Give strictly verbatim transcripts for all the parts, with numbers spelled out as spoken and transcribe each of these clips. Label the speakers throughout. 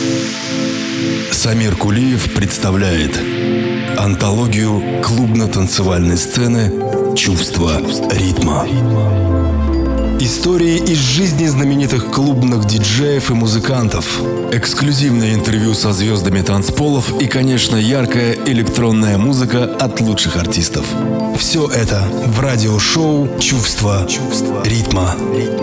Speaker 1: Самир Кулиев представляет антологию клубно-танцевальной сцены «Чувство ритма». Истории из жизни знаменитых клубных диджеев и музыкантов, эксклюзивное интервью со звездами танцполов и, конечно, яркая электронная музыка от лучших артистов. Все это в радиошоу «Чувство ритма».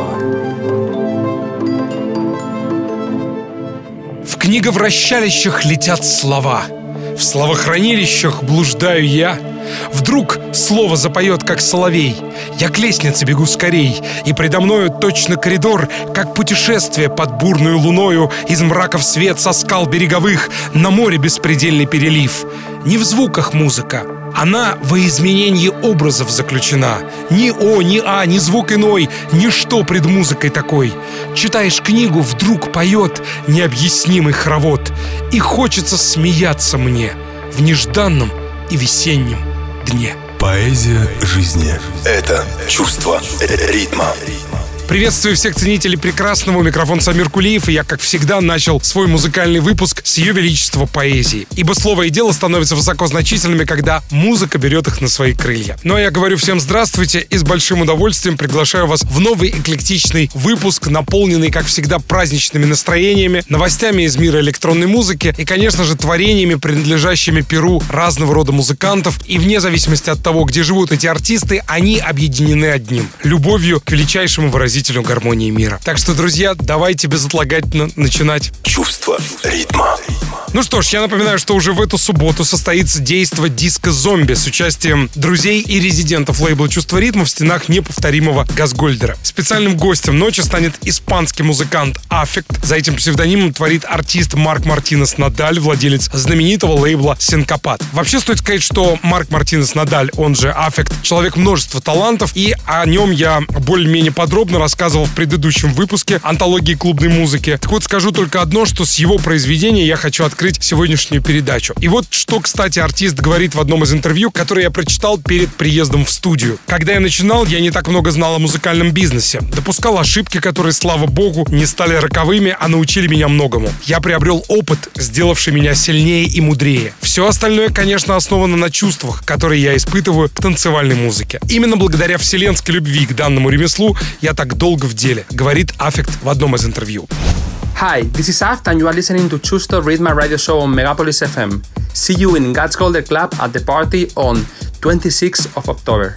Speaker 2: В книговращалищах летят слова, в словохранилищах блуждаю я. Вдруг слово запоет, как соловей. Я к лестнице бегу скорей, и предо мною точно коридор, как путешествие под бурную луною, из мраков свет со скал береговых, на море беспредельный перелив. Не в звуках музыка, она во изменении образов заключена. Ни о, ни а, ни звук иной, ничто пред музыкой такой. Читаешь книгу, вдруг поет необъяснимый хоровод, и хочется смеяться мне в нежданном и весеннем дне.
Speaker 1: Поэзия жизни – это чувство ритма.
Speaker 2: Приветствую всех ценителей прекрасного. У микрофона Самир Кулиев, и я, как всегда, начал свой музыкальный выпуск с Ее Величества поэзии. Ибо слово и дело становятся высокозначительными, когда музыка берет их на свои крылья. Ну а я говорю всем здравствуйте и с большим удовольствием приглашаю вас в новый эклектичный выпуск, наполненный, как всегда, праздничными настроениями, новостями из мира электронной музыки и, конечно же, творениями, принадлежащими перу разного рода музыкантов. И вне зависимости от того, где живут эти артисты, они объединены одним – любовью к величайшему выразителю гармонии мира. Так что, друзья, давайте безотлагательно начинать
Speaker 1: Чувство ритма.
Speaker 2: Ну что ж, я напоминаю, что уже в эту субботу состоится действо «Диско-зомби» с участием друзей и резидентов лейбла «Чувство ритма» в стенах неповторимого Газгольдера. Специальным гостем ночи станет испанский музыкант Аффект. За этим псевдонимом творит артист Марк Мартинес Надаль, владелец знаменитого лейбла «Синкопат». Вообще стоит сказать, что Марк Мартинес Надаль, он же Аффект, человек множества талантов, и о нем я более-менее подробно рассказывал в предыдущем выпуске антологии клубной музыки. Так вот, скажу только одно, что с его произведения я хочу открыть сегодняшнюю передачу. И вот что, кстати, артист говорит в одном из интервью, которое я прочитал перед приездом в студию. Когда я начинал, я не так много знал о музыкальном бизнесе. Допускал ошибки, которые, слава богу, не стали роковыми, а научили меня многому. Я приобрел опыт, сделавший меня сильнее и мудрее. Все остальное, конечно, основано на чувствах, которые я испытываю к танцевальной музыке. Именно благодаря вселенской любви к данному ремеслу я так долго в деле, говорит Аффект в одном из интервью.
Speaker 3: Hi, this is Aft and you are listening to Чувство Rhythm radio show on Megapolis эф эм. See you in Gatsgolder Club at the party on twenty-sixth of October.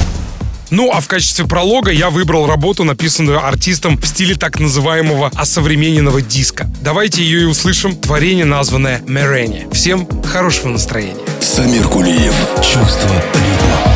Speaker 2: Ну, а в качестве пролога я выбрал работу, написанную артистом в стиле так называемого осовремененного диска. Давайте ее и услышим. Творение, названное «Мерене». Всем хорошего настроения.
Speaker 1: Самир Кулиев. Чувство ритма.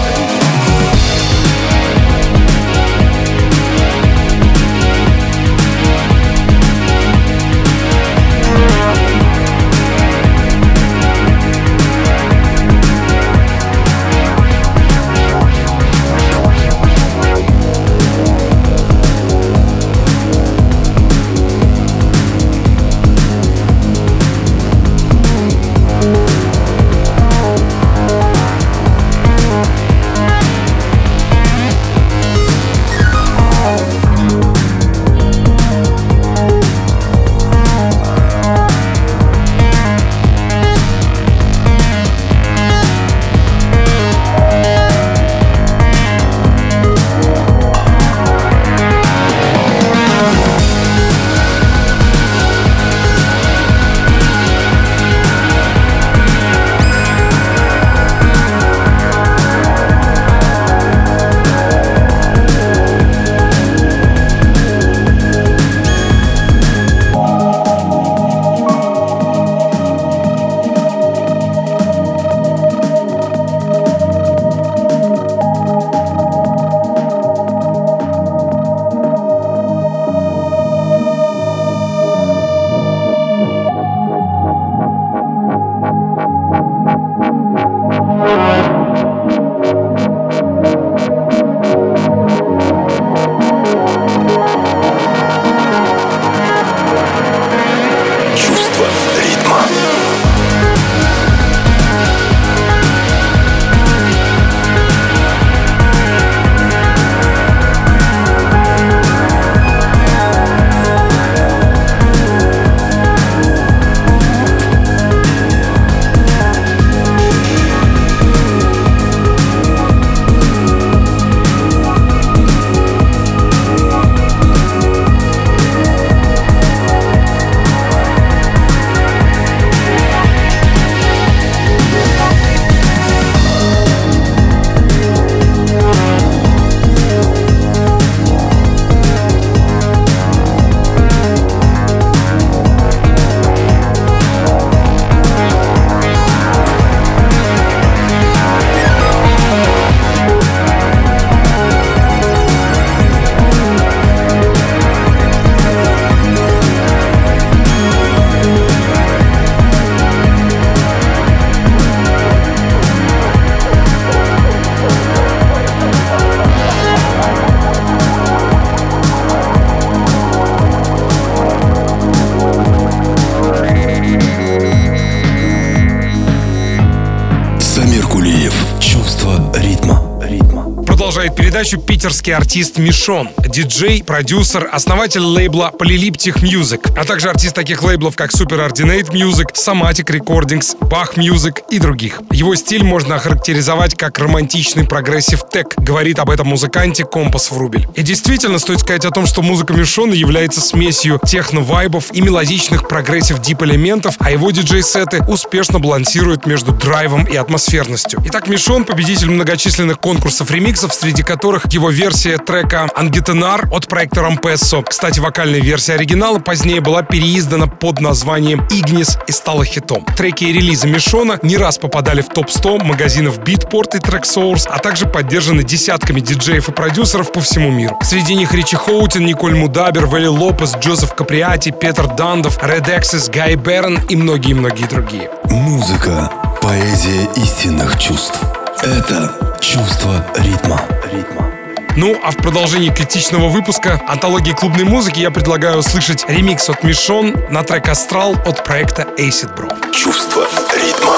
Speaker 2: передачу питерский артист Мишон, диджей, продюсер, основатель лейбла Polyleptic Music, а также артист таких лейблов, как Superordinate Music, Somatic Recordings, Bach Music и других. Его стиль можно охарактеризовать как романтичный прогрессив тек, говорит об этом музыканте Компас Врубель. И действительно, стоит сказать о том, что музыка Мишона является смесью техно-вайбов и мелодичных прогрессив-дип элементов, а его диджей-сеты успешно балансируют между драйвом и атмосферностью. Итак, Мишон — победитель многочисленных конкурсов ремиксов, среди которых его версия трека «Ангетенар» от проекта Рампессо. Кстати, вокальная версия оригинала позднее была переиздана под названием «Игнис» и стала хитом. Треки и релизы Мишона не раз попадали в топ сто магазинов Beatport и Traxsource, а также поддержаны десятками диджеев и продюсеров по всему миру. Среди них Ричи Хоутин, Николь Мудабер, Вэлли Лопес, Джозеф Каприати, Петер Дандов, Red Axis, Гай Берн и многие-многие другие.
Speaker 1: Музыка — поэзия истинных чувств. Это чувство ритма. Ритма.
Speaker 2: Ну, а в продолжении критичного выпуска антологии клубной музыки я предлагаю услышать ремикс от Мишон на трек «Астрал» от проекта Acid Bro.
Speaker 1: Чувство ритма.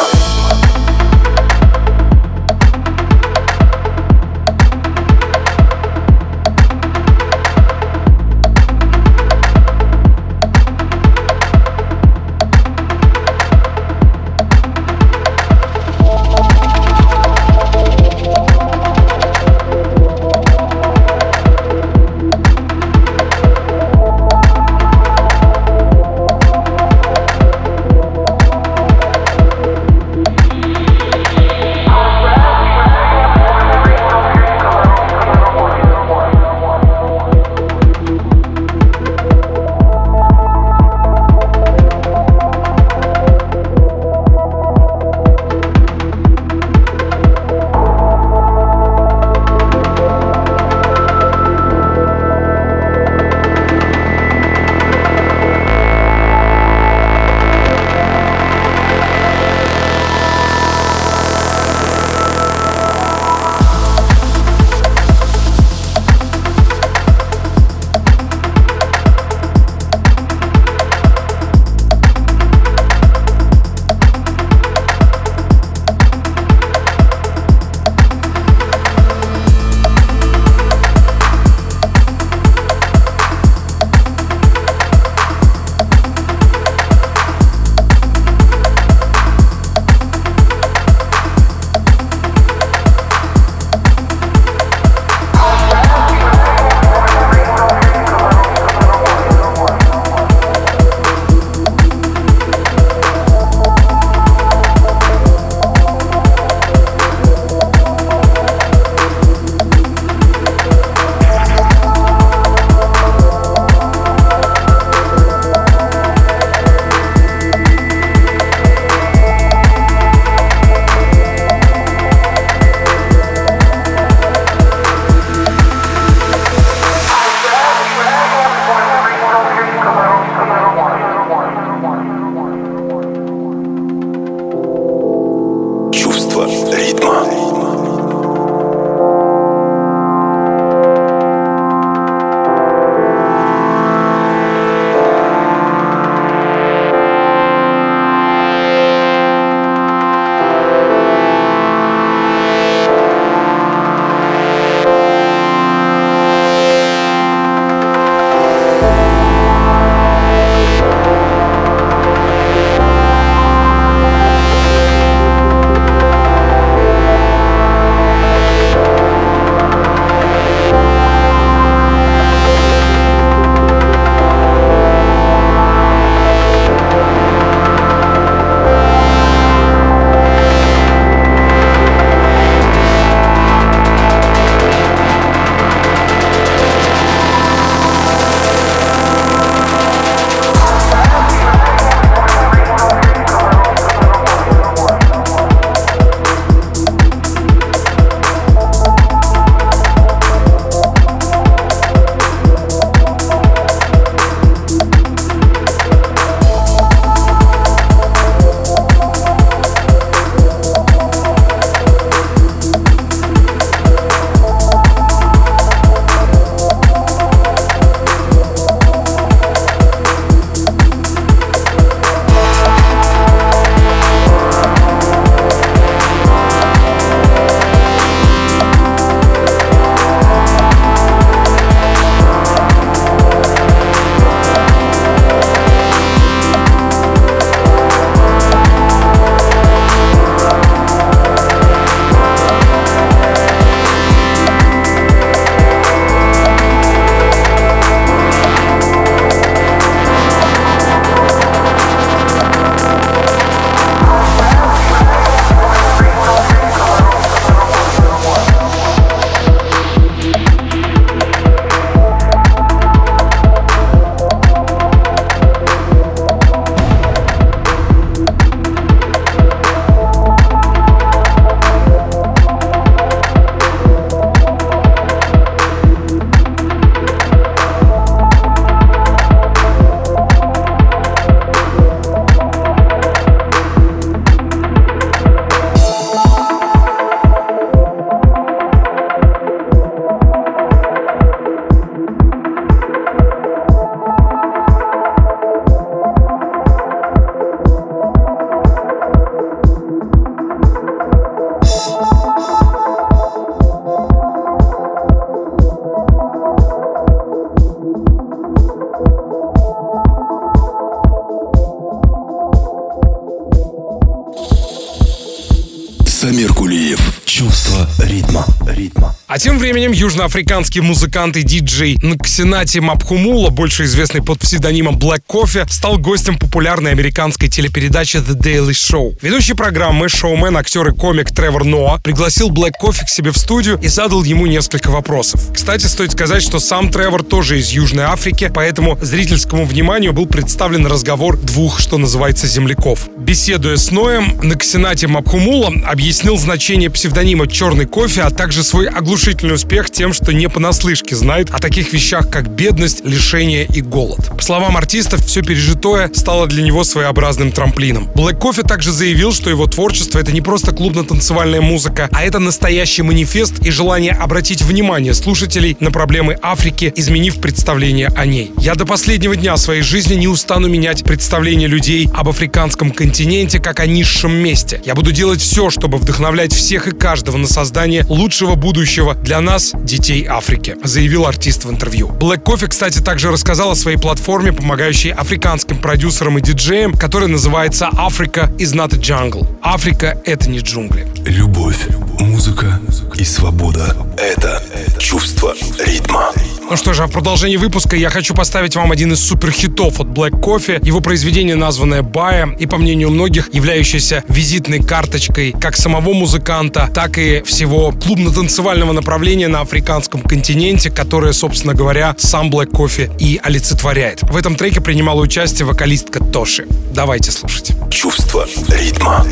Speaker 1: Самир Кулиев. Чувство ритма. ритма.
Speaker 2: А тем временем южноафриканский музыкант и диджей Нксинати Мапхумула, больше известный под псевдонимом Black Coffee, стал гостем популярной американской телепередачи The Daily Show. Ведущий программы, шоумен, актер и комик Тревор Ноа пригласил Black Coffee к себе в студию и задал ему несколько вопросов. Кстати, стоит сказать, что сам Тревор тоже из Южной Африки, поэтому зрительскому вниманию был представлен разговор двух, что называется, земляков. Беседуя с Ноем, Нксинати Мапхумула объяснил значение псевдонима «Черный кофе», а также свой оглушительный успех тем, что не понаслышке знает о таких вещах, как бедность, лишение и голод. По словам артистов, все пережитое стало для него своеобразным трамплином. Black Coffee также заявил, что его творчество — это не просто клубно-танцевальная музыка, а это настоящий манифест и желание обратить внимание слушателей на проблемы Африки, изменив представление о ней. «Я до последнего дня своей жизни не устану менять представление людей об африканском континенте как о низшем месте. Я буду делать все, чтобы вдохновлять всех и каждого на создание лучшего будущего для нас, детей Африки», заявил артист в интервью. Black Coffee, кстати, также рассказал о своей платформе, помогающей африканским продюсерам и диджеям, которая называется «Africa is not a jungle». Африка — это не джунгли.
Speaker 1: Любовь, музыка и свобода — это чувство ритма.
Speaker 2: Ну что же, а в продолжении выпуска я хочу поставить вам один из суперхитов от Black Coffee. Его произведение, названное «Бая», и, по мнению многих, являющееся визитной карточкой как самого музыканта, так и всего клубно-танцевального направления на африканском континенте, которое, собственно говоря, сам Black Coffee и олицетворяет. В этом треке принимала участие вокалистка Тоши. Давайте слушать.
Speaker 1: Чувство ритма.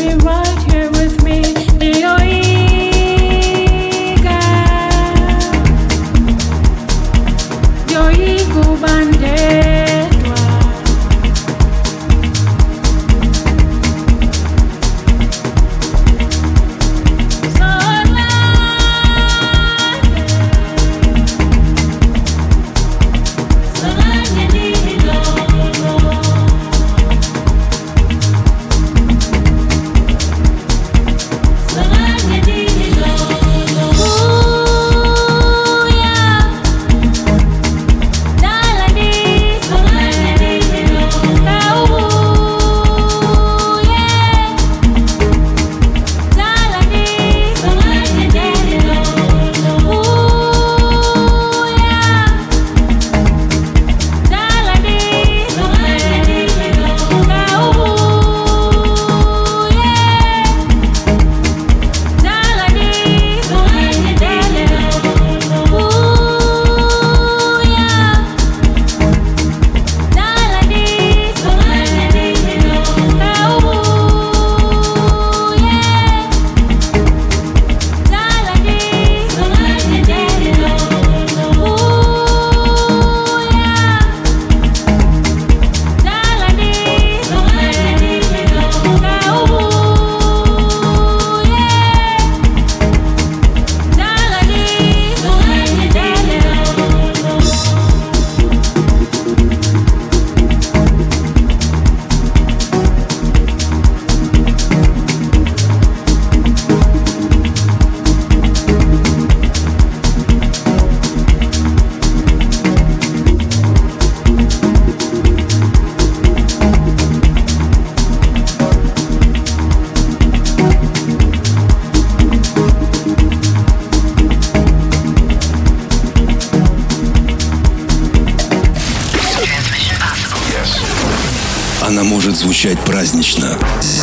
Speaker 1: Она может звучать празднично,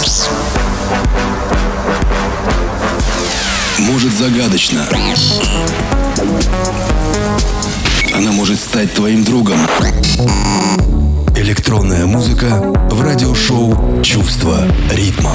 Speaker 1: может загадочно. Она может стать твоим другом. Электронная музыка в радиошоу «Чувство ритма».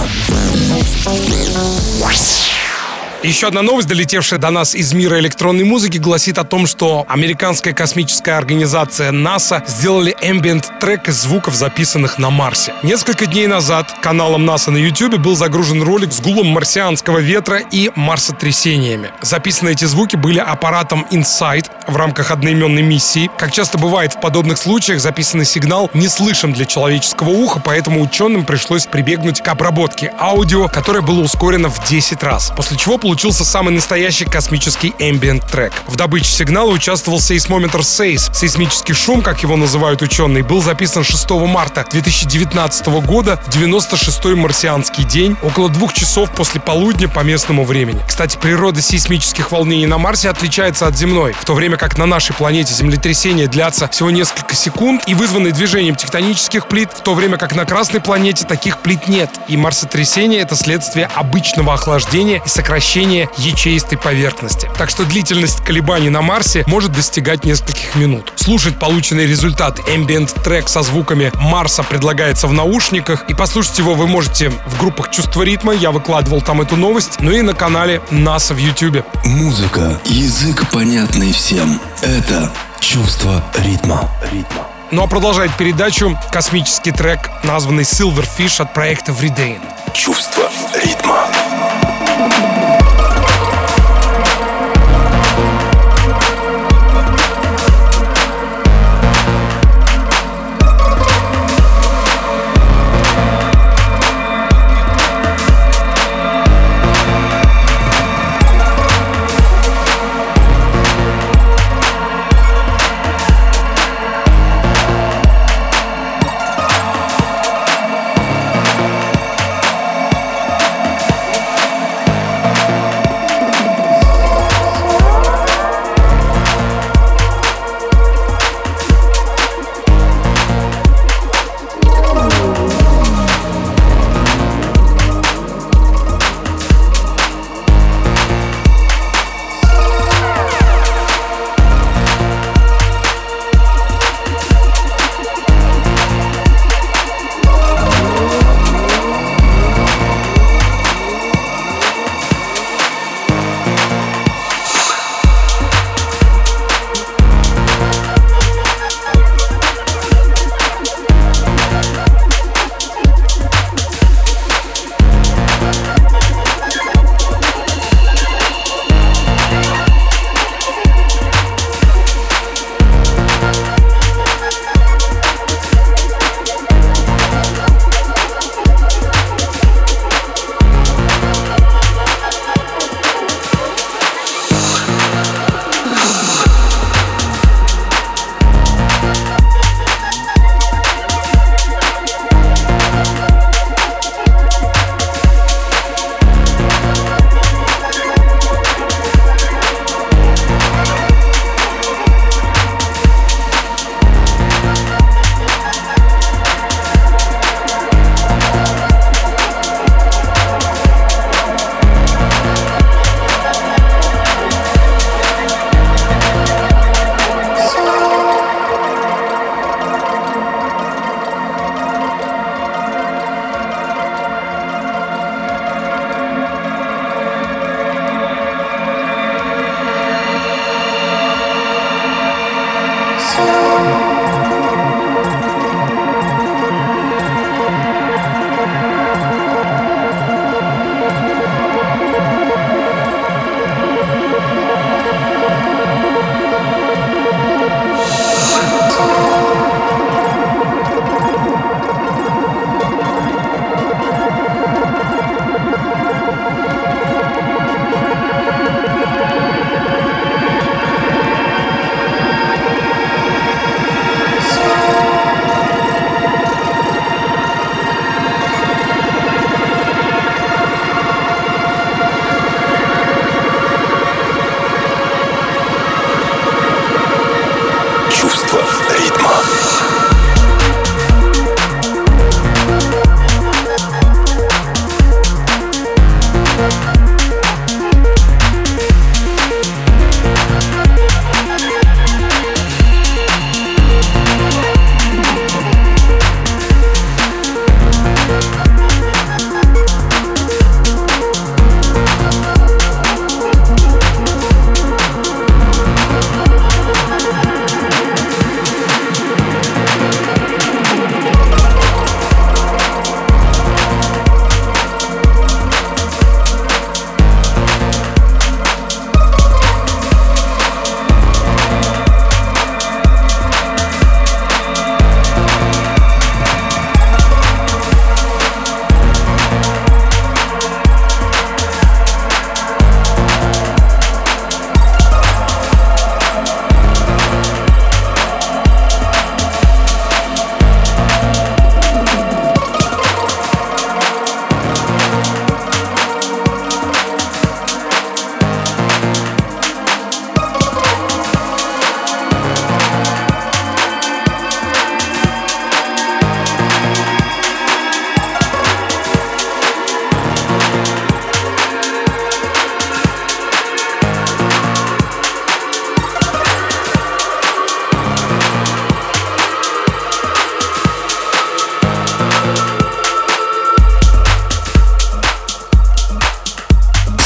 Speaker 2: Еще одна новость, долетевшая до нас из мира электронной музыки, гласит о том, что американская космическая организация НАСА сделали эмбиент-трек из звуков, записанных на Марсе. Несколько дней назад каналом НАСА на YouTube был загружен ролик с гулом марсианского ветра и марсотрясениями. Записаны эти звуки были аппаратом InSight в рамках одноименной миссии. Как часто бывает в подобных случаях, записанный сигнал не слышен для человеческого уха, поэтому ученым пришлось прибегнуть к обработке аудио, которое было ускорено в десять раз. После чего получилось Получился самый настоящий космический эмбиент-трек. В добыче сигнала участвовал сейсмометр сейс. Сейсмический шум, как его называют ученые, был записан шестого марта две тысячи девятнадцатого года в девяносто шестой марсианский день, около двух часов после полудня по местному времени. Кстати, природа сейсмических волнений на Марсе отличается от земной, в то время как на нашей планете землетрясения длятся всего несколько секунд и вызваны движением тектонических плит, в то время как на Красной планете таких плит нет. И марсотрясение — это следствие обычного охлаждения и сокращения ячеистой поверхности. Так что длительность колебаний на Марсе может достигать нескольких минут. Слушать полученный результат эмбиент-трек со звуками Марса предлагается в наушниках, и послушать его вы можете в группах «Чувство ритма», я выкладывал там эту новость, ну и на канале НАСА в YouTube.
Speaker 1: Музыка, язык понятный всем. Это «Чувство ритма». ритма.
Speaker 2: Ну а продолжает передачу космический трек, названный Silverfish от проекта Vreedain.
Speaker 1: Чувство ритма.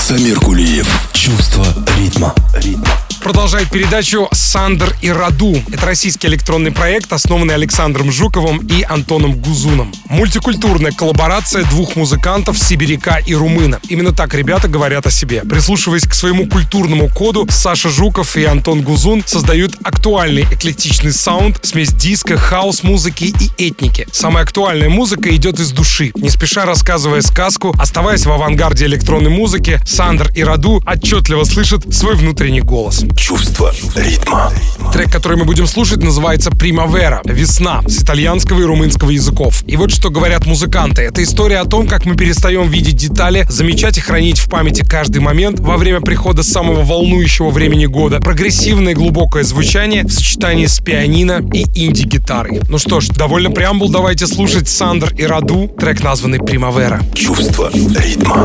Speaker 1: Самир Кулиев. Чувство ритма. Ритма.
Speaker 2: Продолжает передачу «Сандер и Раду». Это российский электронный проект, основанный Александром Жуковым и Антоном Гузуном. Мультикультурная коллаборация двух музыкантов, сибиряка и румына. Именно так ребята говорят о себе. Прислушиваясь к своему культурному коду, Саша Жуков и Антон Гузун создают актуальный эклектичный саунд, смесь диска, хаус-музыки и этники. Самая актуальная музыка идет из души. Не спеша рассказывая сказку, оставаясь в авангарде электронной музыки, Сандер и Раду отчетливо слышат свой внутренний голос.
Speaker 1: Чувство ритма.
Speaker 2: Трек, который мы будем слушать, называется «Примавера» — «Весна» с итальянского и румынского языков. И вот что говорят музыканты. Это история о том, как мы перестаем видеть детали, замечать и хранить в памяти каждый момент во время прихода самого волнующего времени года. Прогрессивное и глубокое звучание в сочетании с пианино и инди-гитарой. Ну что ж, довольно преамбул, давайте слушать Сандер и Раду, трек, названный «Примавера».
Speaker 1: Чувство ритма.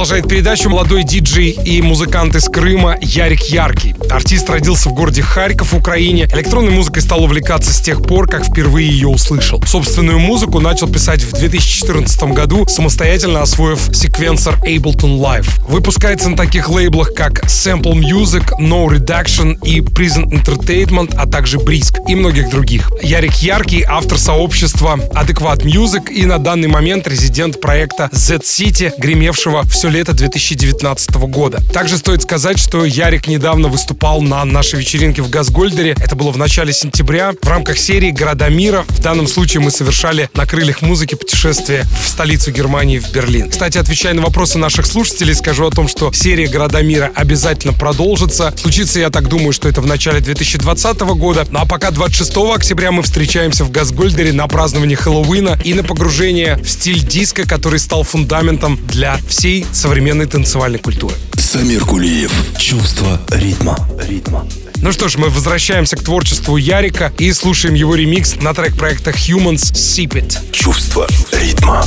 Speaker 2: Продолжает передачу молодой диджей и музыкант из Крыма Ярик Яркий. Артист родился в городе Харьков, в Украине. Электронной музыкой стал увлекаться с тех пор, как впервые ее услышал. Собственную музыку начал писать в две тысячи четырнадцатом году, самостоятельно освоив секвенсор Ableton Live. Выпускается на таких лейблах, как Sample Music, No Reduction и Prison Entertainment, а также Brisk и многих других. Ярик Яркий — автор сообщества Adequate Music и на данный момент резидент проекта Z-City, гремевшего все лето две тысячи девятнадцатого года. Также стоит сказать, что Ярик недавно выступал на нашей вечеринке в Газгольдере. Это было в начале сентября в рамках серии «Города мира». В данном случае мы совершали на крыльях музыки путешествие в столицу Германии, в Берлин. Кстати, отвечая на вопросы наших слушателей, скажу о том, что серия «Города мира» обязательно продолжится. Случится, я так думаю, что это в начале две тысячи двадцатого года. Ну а пока двадцать шестого октября мы встречаемся в Газгольдере на празднование Хэллоуина и на погружение в стиль диска, который стал фундаментом для всей современной танцевальной культуры.
Speaker 1: Самир Кулиев. Чувство ритма. Ритма.
Speaker 2: Ну что ж, мы возвращаемся к творчеству Ярика и слушаем его ремикс на трек проекта Humans Sip It.
Speaker 1: Чувство ритма.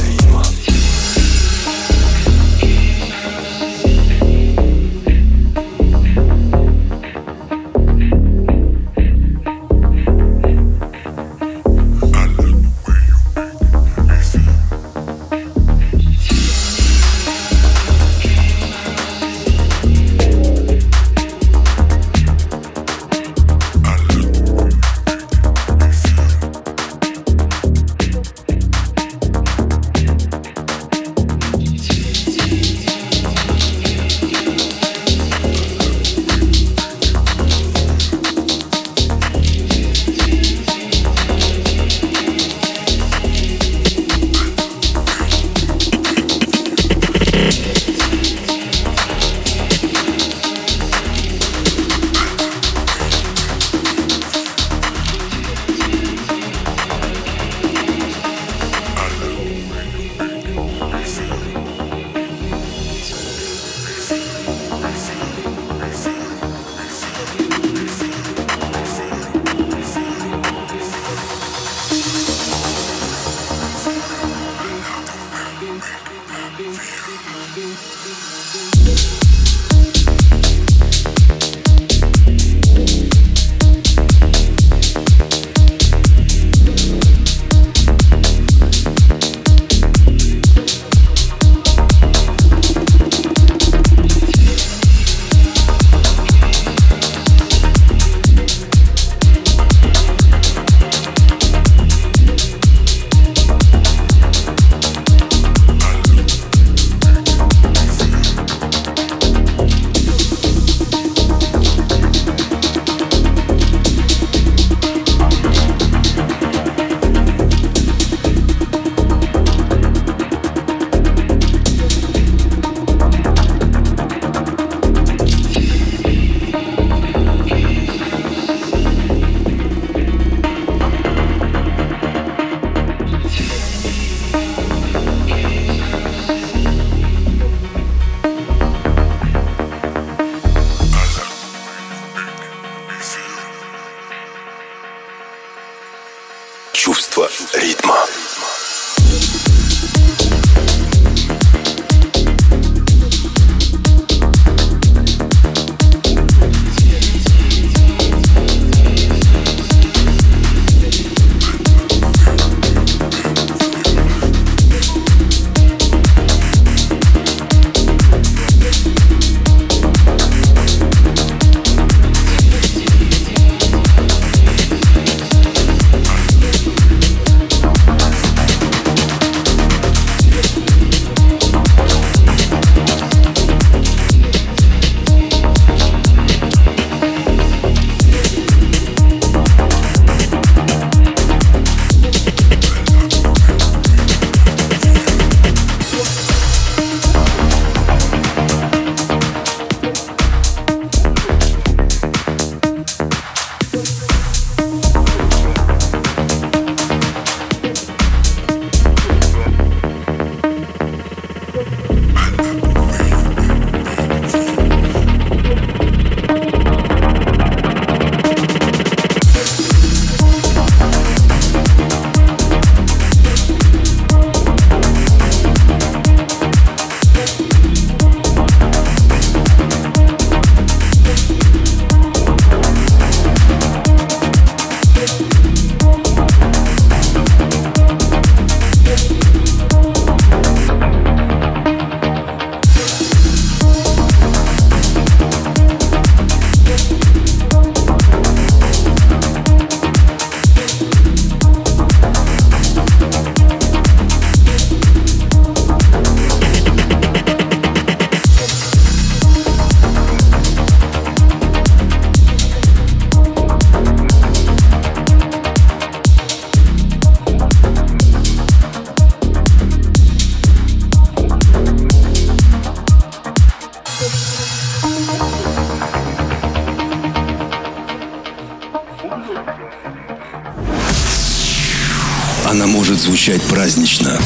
Speaker 1: звучать празднично.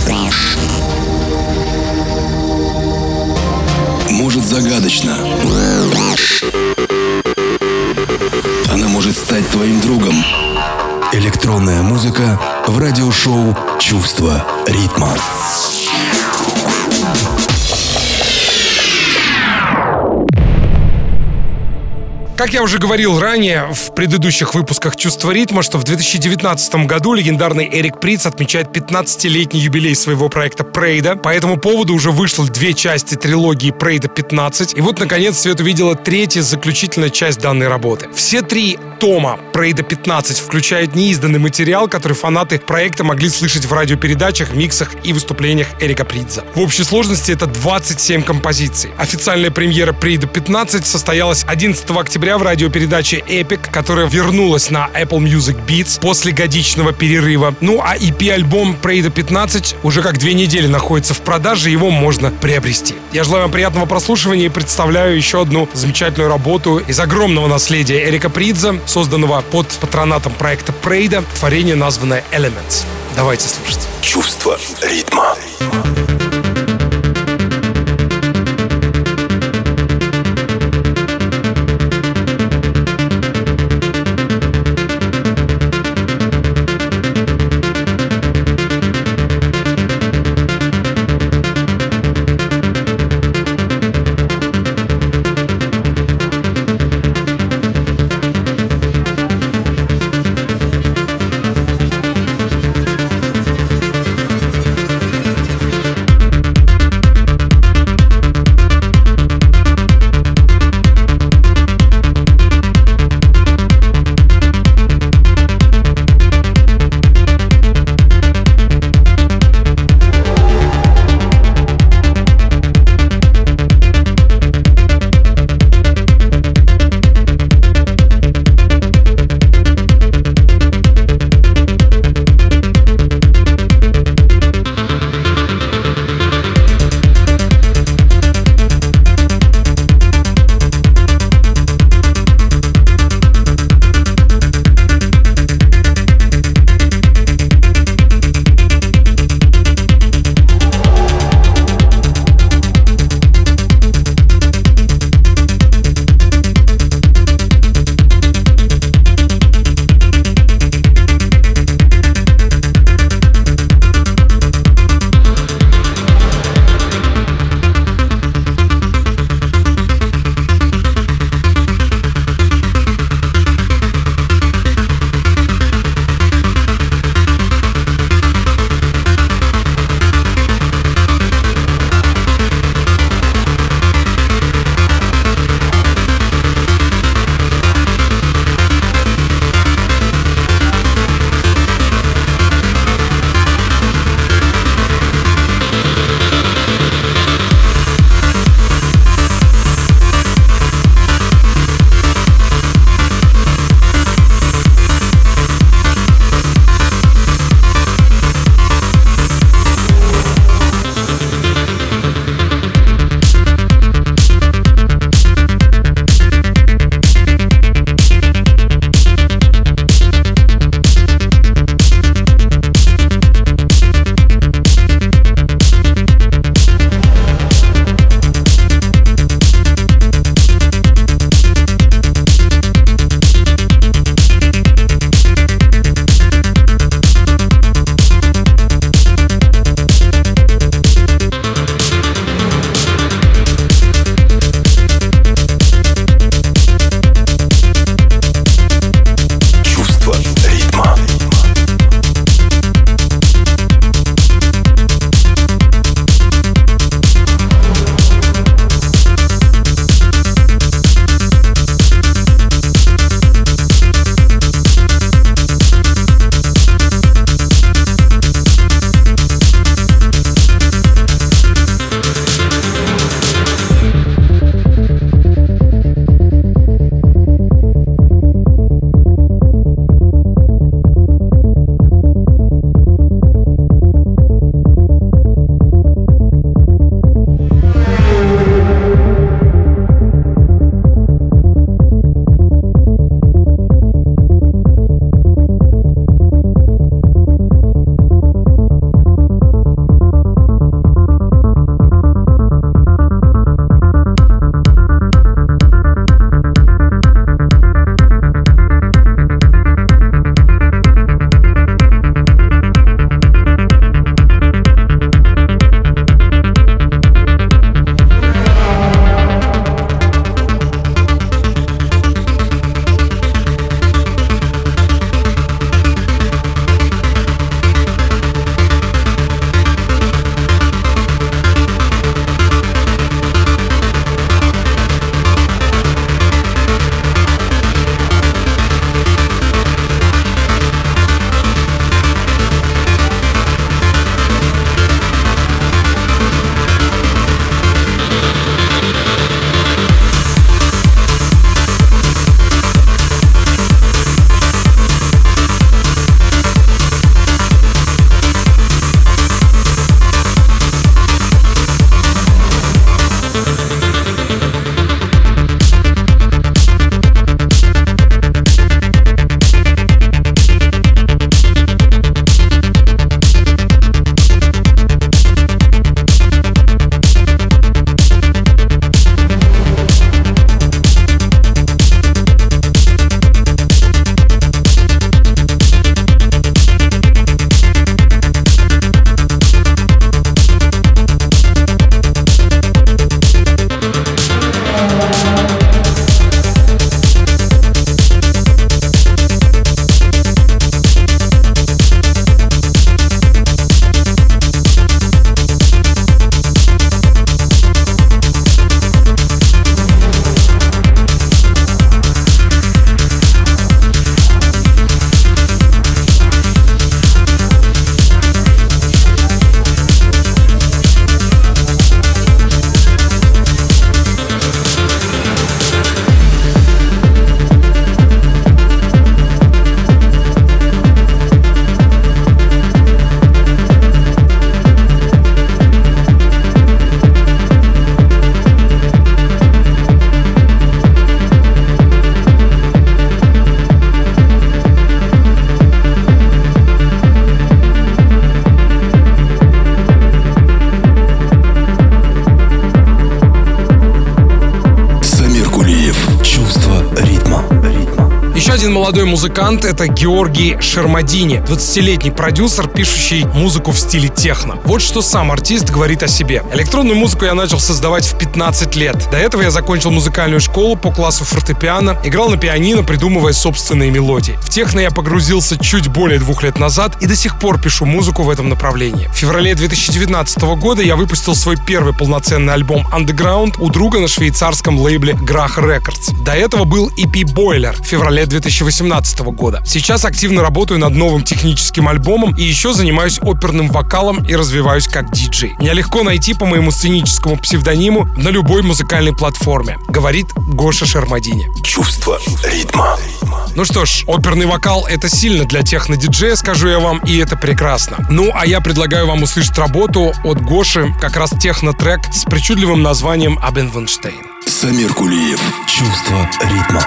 Speaker 1: Может загадочно. Она может стать твоим другом. Электронная музыка в радиошоу «Чувство ритма».
Speaker 2: Как я уже говорил ранее в предыдущих выпусках «Чувства ритма», что в две тысячи девятнадцатом году легендарный Эрик Придц отмечает пятнадцатилетний юбилей своего проекта Prada. По этому поводу уже вышло две части трилогии Prada пятнадцать. И вот, наконец, свет увидела третья, заключительная часть данной работы. Все три тома Prada пятнадцать включают неизданный материал, который фанаты проекта могли слышать в радиопередачах, миксах и выступлениях Эрика Придца. В общей сложности это двадцать семь композиций. Официальная премьера Prada пятнадцать состоялась одиннадцатого октября в радиопередаче Epic, которая вернулась на Apple Music Beats после годичного перерыва. Ну а и пи-альбом Prada пятнадцать уже как две недели находится в продаже, его можно приобрести. Я желаю вам приятного прослушивания и представляю еще одну замечательную работу из огромного наследия Эрика Придца, созданного под патронатом проекта Prada, творение, названное Elements. Давайте слушать.
Speaker 1: Чувство ритма.
Speaker 2: Еще один молодой музыкант — это Георгий Шермадини, двадцатилетний продюсер, пишущий музыку в стиле техно. Вот что сам артист говорит о себе. Электронную музыку я начал создавать в пятнадцать лет. До этого я закончил музыкальную школу по классу фортепиано, играл на пианино, придумывая собственные мелодии. В техно я погрузился чуть более двух лет назад и до сих пор пишу музыку в этом направлении. В феврале две тысячи девятнадцатого года я выпустил свой первый полноценный альбом Underground у друга на швейцарском лейбле Grach Records. До этого был и пи Boiler в феврале две тысячи восемнадцатого года. Сейчас активно работаю над новым техническим альбомом и еще занимаюсь оперным вокалом и развиваюсь как диджей. Меня легко найти по моему сценическому псевдониму на любой музыкальной платформе, говорит Гоша Шермадини.
Speaker 1: Чувство ритма.
Speaker 2: Ну что ж, оперный вокал — это сильно для техно-диджея, скажу я вам, и это прекрасно. Ну, а я предлагаю вам услышать работу от Гоши, как раз техно-трек с причудливым названием «Абенвенштейн».
Speaker 1: Самир Кулиев. Чувство ритма.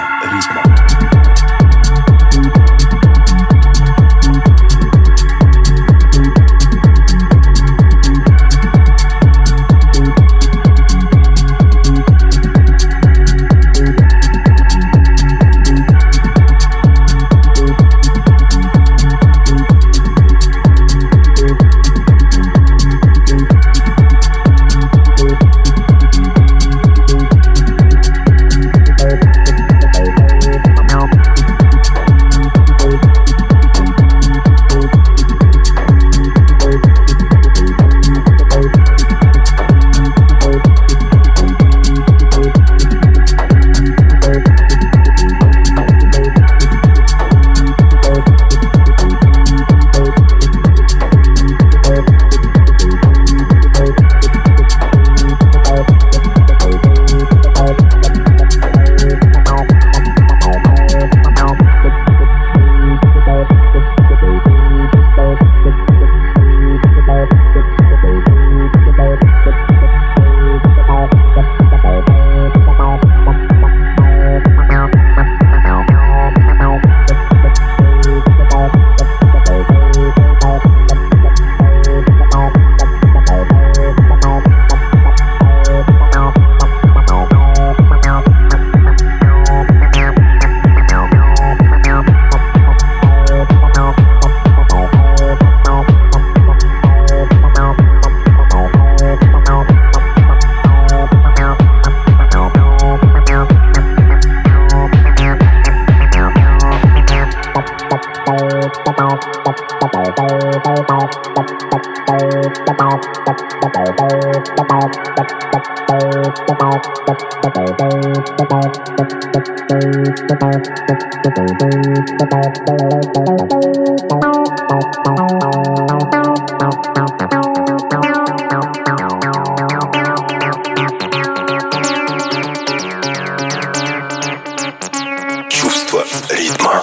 Speaker 1: Чувство ритма.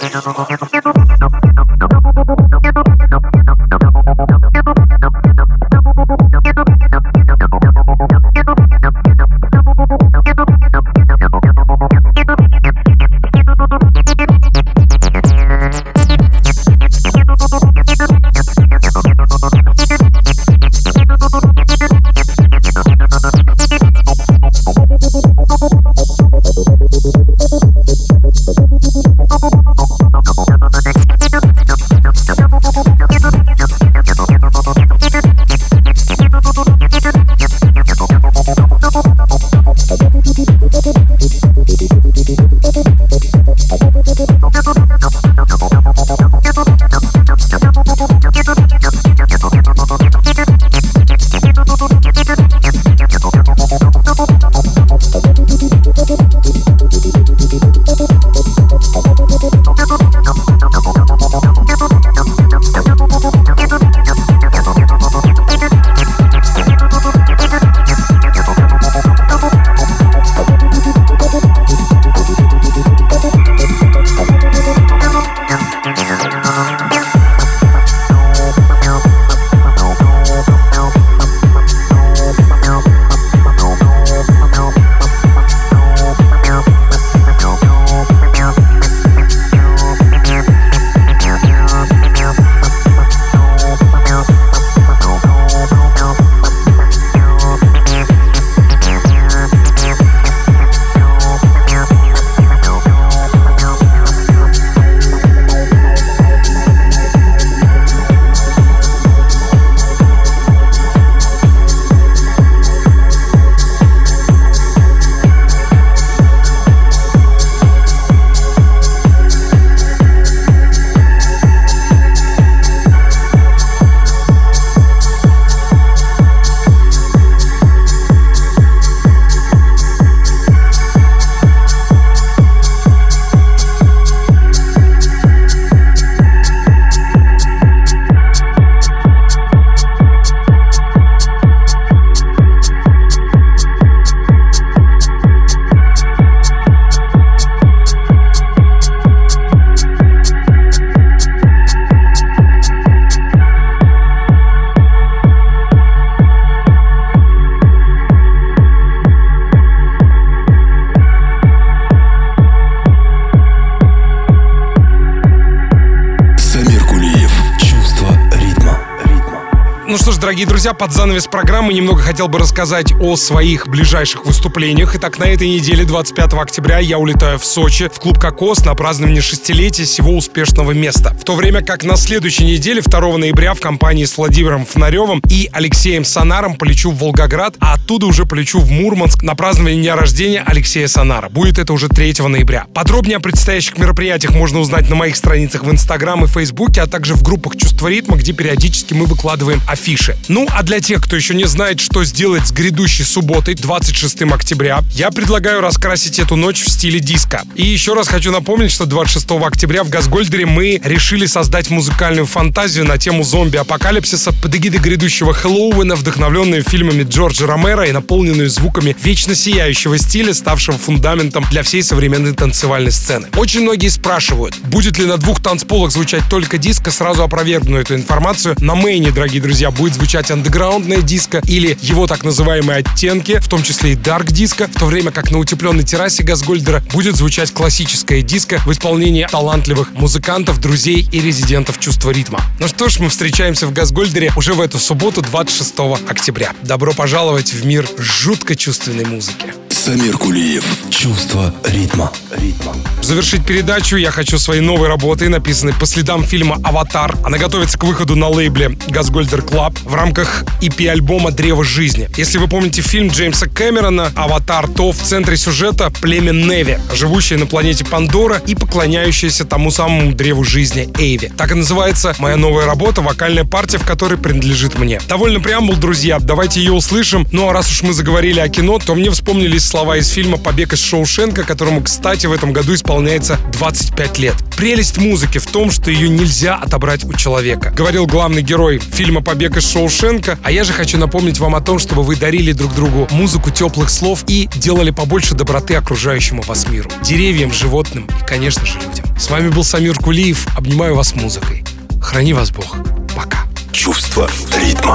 Speaker 2: дорогие друзья, под занавес программы немного хотел бы рассказать о своих ближайших выступлениях. Итак, на этой неделе, двадцать пятого октября, я улетаю в Сочи, в клуб «Кокос» на празднование шестилетия сего успешного места. В то время как на следующей неделе, второго ноября, в компании с Владимиром Фонаревым и Алексеем Санаром полечу в Волгоград, а оттуда уже полечу в Мурманск на празднование дня рождения Алексея Санара. Будет это уже третьего ноября. Подробнее о предстоящих мероприятиях можно узнать на моих страницах в Инстаграм и Фейсбуке, а также в группах «Чувство ритма», где периодически мы выкладываем афиши. Ну, а для тех, кто еще не знает, что сделать с грядущей субботой, двадцать шестого октября, я предлагаю раскрасить эту ночь в стиле диско. И еще раз хочу напомнить, что двадцать шестого октября в Газгольдере мы решили создать музыкальную фантазию на тему зомби-апокалипсиса под эгидой грядущего Хэллоуина, вдохновленную фильмами Джорджа Ромеро и наполненную звуками вечно сияющего стиля, ставшего фундаментом для всей современной танцевальной сцены. Очень многие спрашивают, будет ли на двух танцполах звучать только диско. Сразу опровергну эту информацию. На мейне, дорогие друзья, будет звучать андеграундная диско или его так называемые оттенки, в том числе и дарк диско, в то время как на утепленной террасе Газгольдера будет звучать классическая диско в исполнении талантливых музыкантов, друзей и резидентов «Чувства ритма». Ну что ж, мы встречаемся в Газгольдере уже в эту субботу, двадцать шестого октября. Добро пожаловать в мир жутко чувственной музыки.
Speaker 1: Самир Кулиев. Чувство ритма. Ритма.
Speaker 2: Завершить передачу я хочу своей новой работой, написанной по следам фильма «Аватар». Она готовится к выходу на лейбле Газгольдер Club в рамках и пи-альбома «Древо жизни». Если вы помните фильм Джеймса Кэмерона «Аватар», то в центре сюжета племя Неви, живущее на планете Пандора и поклоняющееся тому самому древу жизни Эйви. Так и называется моя новая работа, вокальная партия, в которой принадлежит мне. Довольно преамбул, друзья, давайте ее услышим. Ну а раз уж мы заговорили о кино, то мне вспомнились слова из фильма «Побег из Шоушенка», которому, кстати, в этом году исполняется двадцать пять лет. Прелесть музыки в том, что ее нельзя отобрать у человека, говорил главный герой фильма «Побег из Шоушенка». А я же хочу напомнить вам о том, чтобы вы дарили друг другу музыку теплых слов и делали побольше доброты окружающему вас миру, деревьям, животным и, конечно же, людям. С вами был Самир Кулиев. Обнимаю вас музыкой. Храни вас Бог. Пока.
Speaker 1: Чувство ритма.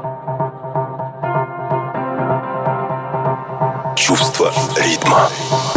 Speaker 1: Чувство ритма.